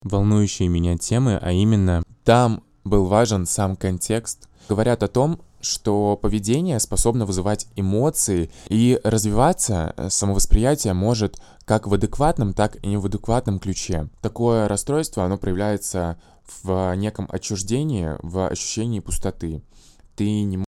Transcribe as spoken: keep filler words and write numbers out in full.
волнующие меня темы, а именно там был важен сам контекст. Говорят о том, что поведение способно вызывать эмоции, и развиваться самовосприятие может как в адекватном, так и не в адекватном ключе. Такое расстройство, оно проявляется в неком отчуждении, в ощущении пустоты. Ты не